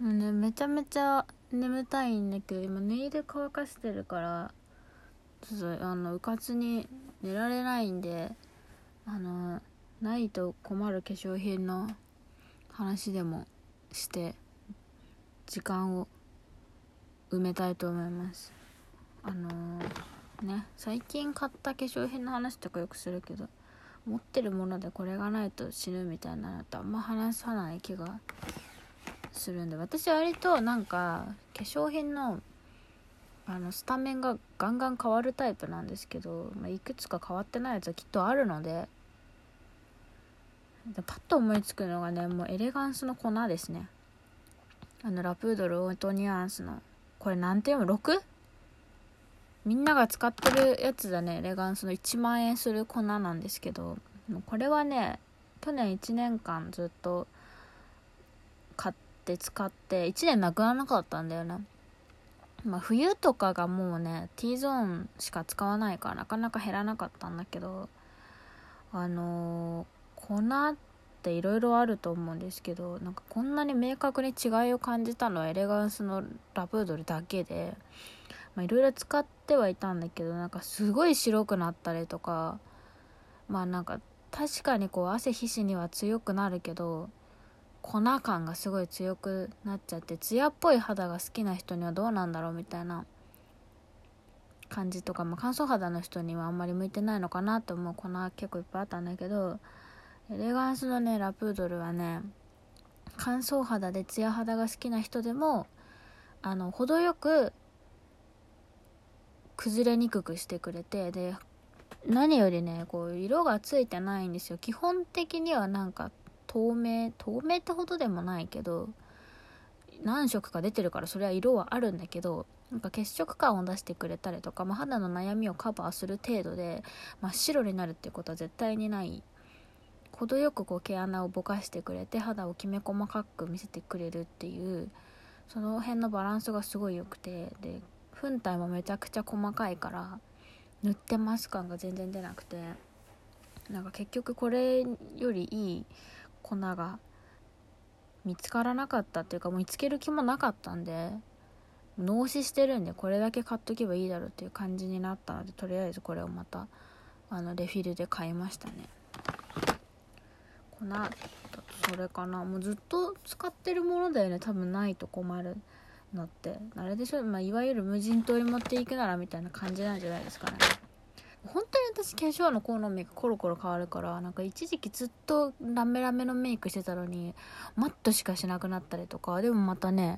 もうね、めちゃめちゃ眠たいんだけど、今ネイル乾かしてるからちょっとうかつに寝られないんで、ないと困る化粧品の話でもして時間を埋めたいと思います。最近買った化粧品の話とかよくするけど、持ってるものでこれがないと死ぬみたいなのとあんま話さない気がするんで、私は割となんか化粧品のスタメンがガンガン変わるタイプなんですけど、いくつか変わってないやつはきっとあるので、パッと思いつくのがね、もうエレガンスの粉ですね。ラプードルオートニュアンスの、これなんて読む 6？ みんなが使ってるやつだね。エレガンスの1万円する粉なんですけど、もうこれはね、去年1年間ずっと買って使って1年なくならなかったんだよね。冬とかがもうね T ゾーンしか使わないからなかなか減らなかったんだけど、粉っていろいろあると思うんですけど、なんかこんなに明確に違いを感じたのはエレガンスのラプードルだけで、いろいろ使ってはいたんだけど、なんかすごい白くなったりとか、なんか確かにこう汗皮脂には強くなるけど粉感がすごい強くなっちゃって、ツヤっぽい肌が好きな人にはどうなんだろうみたいな感じとか、乾燥肌の人にはあんまり向いてないのかなと思う粉結構いっぱいあったんだけど、エレガンスのねラプードルはね、乾燥肌でツヤ肌が好きな人でも程よく崩れにくくしてくれて、で何よりねこう色がついてないんですよ。基本的にはなんか透明ってほどでもないけど何色か出てるからそれは色はあるんだけど、なんか血色感を出してくれたりとか、肌の悩みをカバーする程度で真っ白になるっていうことは絶対にない。程よくこう毛穴をぼかしてくれて肌をきめ細かく見せてくれるっていう、その辺のバランスがすごい良くて、で粉体もめちゃくちゃ細かいから塗ってます感が全然出なくて、なんか結局これよりいい粉が見つからなかったっていうか、もう見つける気もなかったんで、納資してるんでこれだけ買っとけばいいだろうっていう感じになったので、とりあえずこれをまたレフィルで買いましたね。粉だとそれかな。もうずっと使ってるものだよね、多分ないと困るのってあれでしょ。いわゆる無人島に持っていくならみたいな感じなんじゃないですかね。本当に私化粧の好みがコロコロ変わるから、なんか一時期ずっとラメラメのメイクしてたのにマットしかしなくなったりとか、でもまたね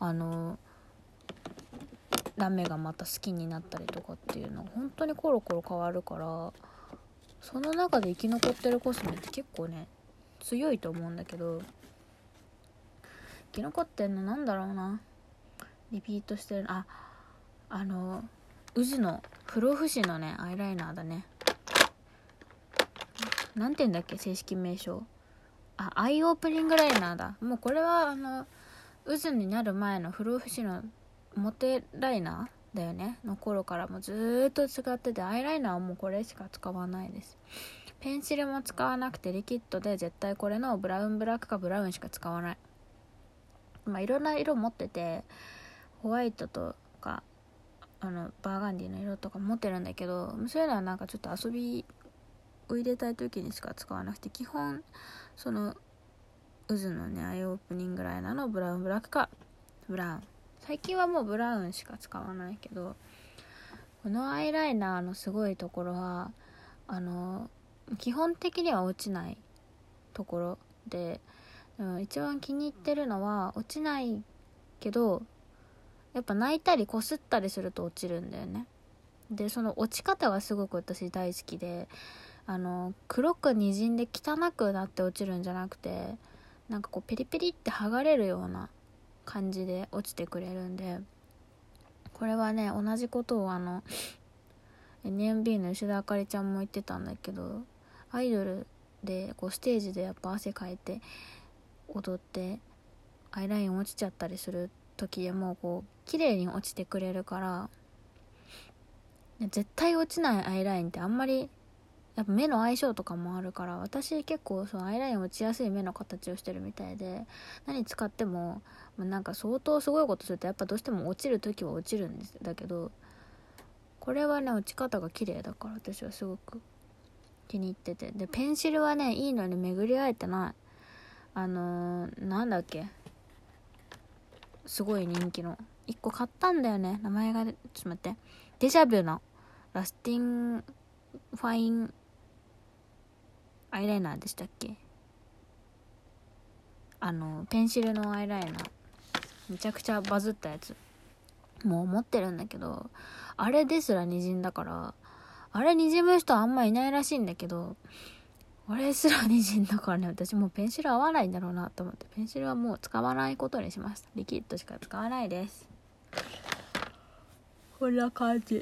ラメがまた好きになったりとかっていうのが本当にコロコロ変わるから、その中で生き残ってるコスメって結構ね強いと思うんだけど、生き残ってんのなんだろうな、リピートしてる渦の不老不死のねアイライナーだね。なんて言うんだっけ正式名称、アイオープニングライナーだ。もうこれは渦になる前の不老不死の表ライナーだよねの頃からもずーっと使ってて、アイライナーはもうこれしか使わないです。ペンシルも使わなくて、リキッドで絶対これのブラウンブラックかブラウンしか使わない。いろんな色持ってて、ホワイトとかバーガンディの色とか持ってるんだけど、そういうのはなんかちょっと遊びを入れたい時にしか使わなくて、基本その渦のねアイオープニングライナーのブラウンブラックかブラウン、最近はもうブラウンしか使わないけど、このアイライナーのすごいところは基本的には落ちないところで、一番気に入ってるのは落ちないけどやっぱ泣いたりこすったりすると落ちるんだよね。でその落ち方がすごく私大好きで、黒くにじんで汚くなって落ちるんじゃなくて、なんかこうペリペリって剥がれるような感じで落ちてくれるんで、これはね同じことをNMB の吉田あかりちゃんも言ってたんだけど、アイドルでこうステージでやっぱ汗かいて踊ってアイライン落ちちゃったりする時でもこう綺麗に落ちてくれるから、絶対落ちないアイラインってあんまりやっぱ目の相性とかもあるから、私結構そのアイライン落ちやすい目の形をしてるみたいで、何使ってもなんか相当すごいことするとやっぱどうしても落ちる時は落ちるんですだけど、これはね落ち方が綺麗だから私はすごく気に入ってて、でペンシルはねいいのに巡り会えてない。なんだっけ、すごい人気の1個買ったんだよね、名前がちょっと待って、デジャブのラスティンファインアイライナーでしたっけ。ペンシルのアイライナーめちゃくちゃバズったやつもう持ってるんだけど、あれですら滲んだから、あれ滲む人あんまいないらしいんだけど、あれすら滲んだからね、私もうペンシル合わないんだろうなと思って、ペンシルはもう使わないことにしました。リキッドしか使わないです。こんな感じ。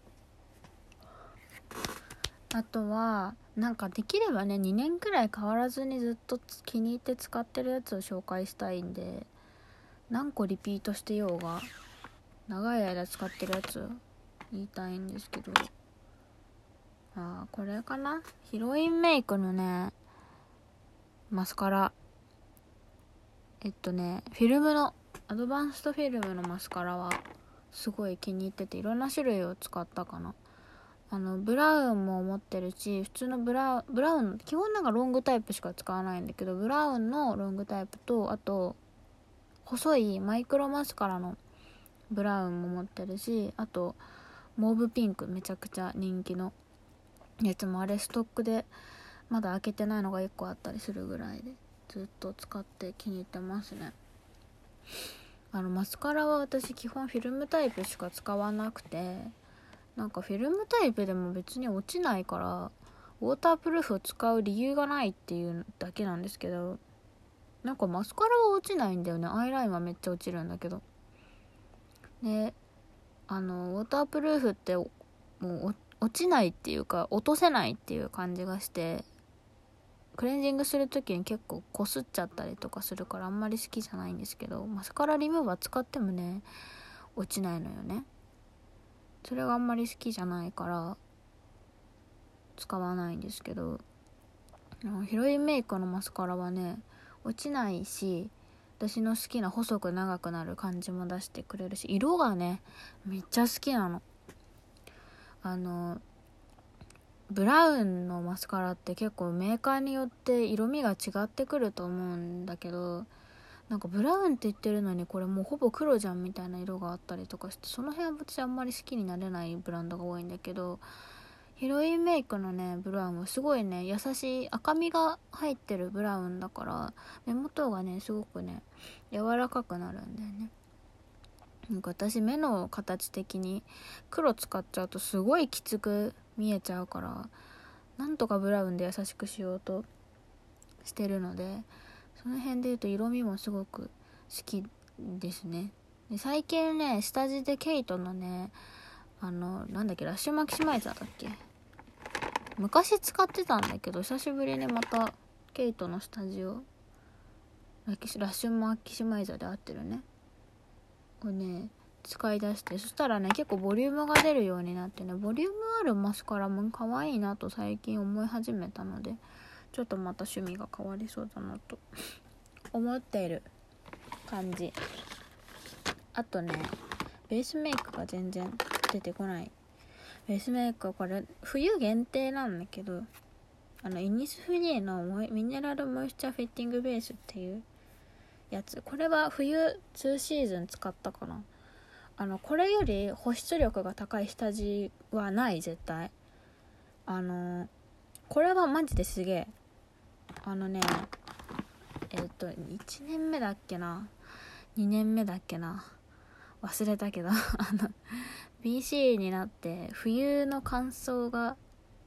あとはなんかできればね2年くらい変わらずにずっと気に入って使ってるやつを紹介したいんで、何個リピートしてようが長い間使ってるやつ言いたいんですけど、これかな、ヒロインメイクのねマスカラ、フィルムのアドバンストフィルムのマスカラはすごい気に入ってて、いろんな種類を使ったかな。ブラウンも持ってるし、普通のブラウン基本なんかロングタイプしか使わないんだけど、ブラウンのロングタイプと、あと細いマイクロマスカラのブラウンも持ってるし、あとモーブピンクめちゃくちゃ人気のやつも、あれストックでまだ開けてないのが1個あったりするぐらいでずっと使って気に入ってますね。マスカラは私基本フィルムタイプしか使わなくて、なんかフィルムタイプでも別に落ちないからウォータープルーフを使う理由がないっていうだけなんですけど、なんかマスカラは落ちないんだよね。アイラインはめっちゃ落ちるんだけど、でウォータープルーフってもう落ちないっていうか落とせないっていう感じがして、クレンジングするときに結構こすっちゃったりとかするからあんまり好きじゃないんですけど、マスカラリムーバー使ってもね落ちないのよね。それがあんまり好きじゃないから使わないんですけど、ヒロインメイクのマスカラはね落ちないし、私の好きな細く長くなる感じも出してくれるし、色がねめっちゃ好きなの。ブラウンのマスカラって結構メーカーによって色味が違ってくると思うんだけど、なんかブラウンって言ってるのにこれもうほぼ黒じゃんみたいな色があったりとかして、その辺は私あんまり好きになれないブランドが多いんだけど、ヒロインメイクのねブラウンはすごいね優しい赤みが入ってるブラウンだから目元がねすごくね柔らかくなるんだよね。なんか私目の形的に黒使っちゃうとすごいきつく見えちゃうから、なんとかブラウンで優しくしようとしてるので、その辺で言うと色味もすごく好きですね。で最近ね下地でケイトのねなんだっけ、ラッシュマキシマイザーだっけ、昔使ってたんだけど久しぶりにまたケイトの下地をラッシュマキシマイザーで合ってるね、これね使い出して、そしたらね結構ボリュームが出るようになってね、ボリュームあるマスカラも可愛いなと最近思い始めたので、ちょっとまた趣味が変わりそうだなと思っている感じ。あとねベースメイクが全然出てこない。ベースメイクはこれ冬限定なんだけど、イニスフリーのミネラルモイスチャーフィッティングベースっていうやつ、これは冬2シーズン使ったかな。これより保湿力が高い下地はない絶対。これはマジですげえ。1年目だっけな2年目だっけな忘れたけどBC になって冬の乾燥が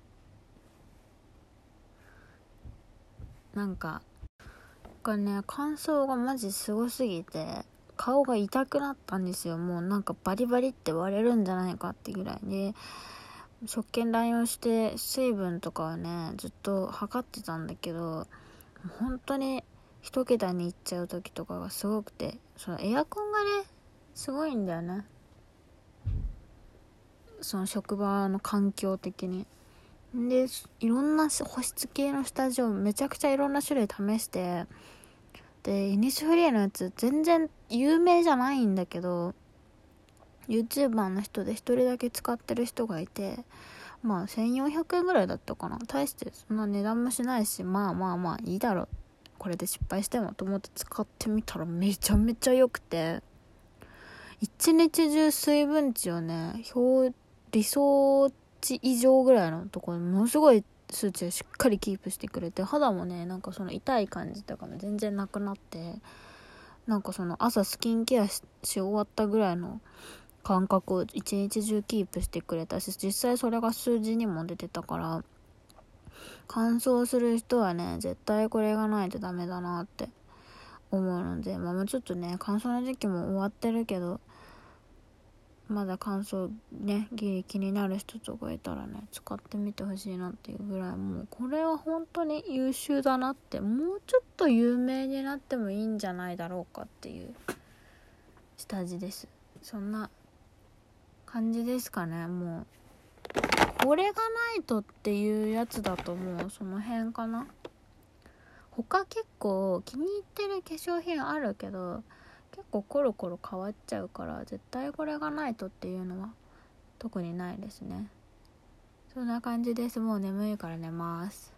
なんかね乾燥がマジすごすぎて顔が痛くなったんですよ。もうなんかバリバリって割れるんじゃないかってぐらいで、食券乱用して水分とかはねずっと測ってたんだけど、本当に一桁にいっちゃう時とかがすごくて、そのエアコンがねすごいんだよね、その職場の環境的に。 でいろんな保湿系の下地をめちゃくちゃいろんな種類試して、でイニスフリーのやつ全然有名じゃないんだけど YouTuber の人で一人だけ使ってる人がいて、まあ1400円ぐらいだったかな。大してそんな値段もしないし、まあいいだろう、これで失敗してもと思って使ってみたらめちゃめちゃ良くて、一日中水分値をね理想値以上ぐらいのところものすごい数値をしっかりキープしてくれて、肌もねなんかその痛い感じとかも全然なくなって、なんかその朝スキンケアし終わったぐらいの感覚を一日中キープしてくれたし、実際それが数字にも出てたから、乾燥する人はね絶対これがないとダメだなって思うので、もうちょっとね乾燥の時期も終わってるけど、まだ乾燥ねギリ気になる人とかいたらね使ってみてほしいなっていうぐらい、もうこれは本当に優秀だなって、もうちょっと有名になってもいいんじゃないだろうかっていう下地です。そんな感じですかね。もうこれがないとっていうやつだともうその辺かな。他結構気に入ってる化粧品あるけど結構コロコロ変わっちゃうから、絶対これがないとっていうのは特にないですね。そんな感じです。もう眠いから寝ます。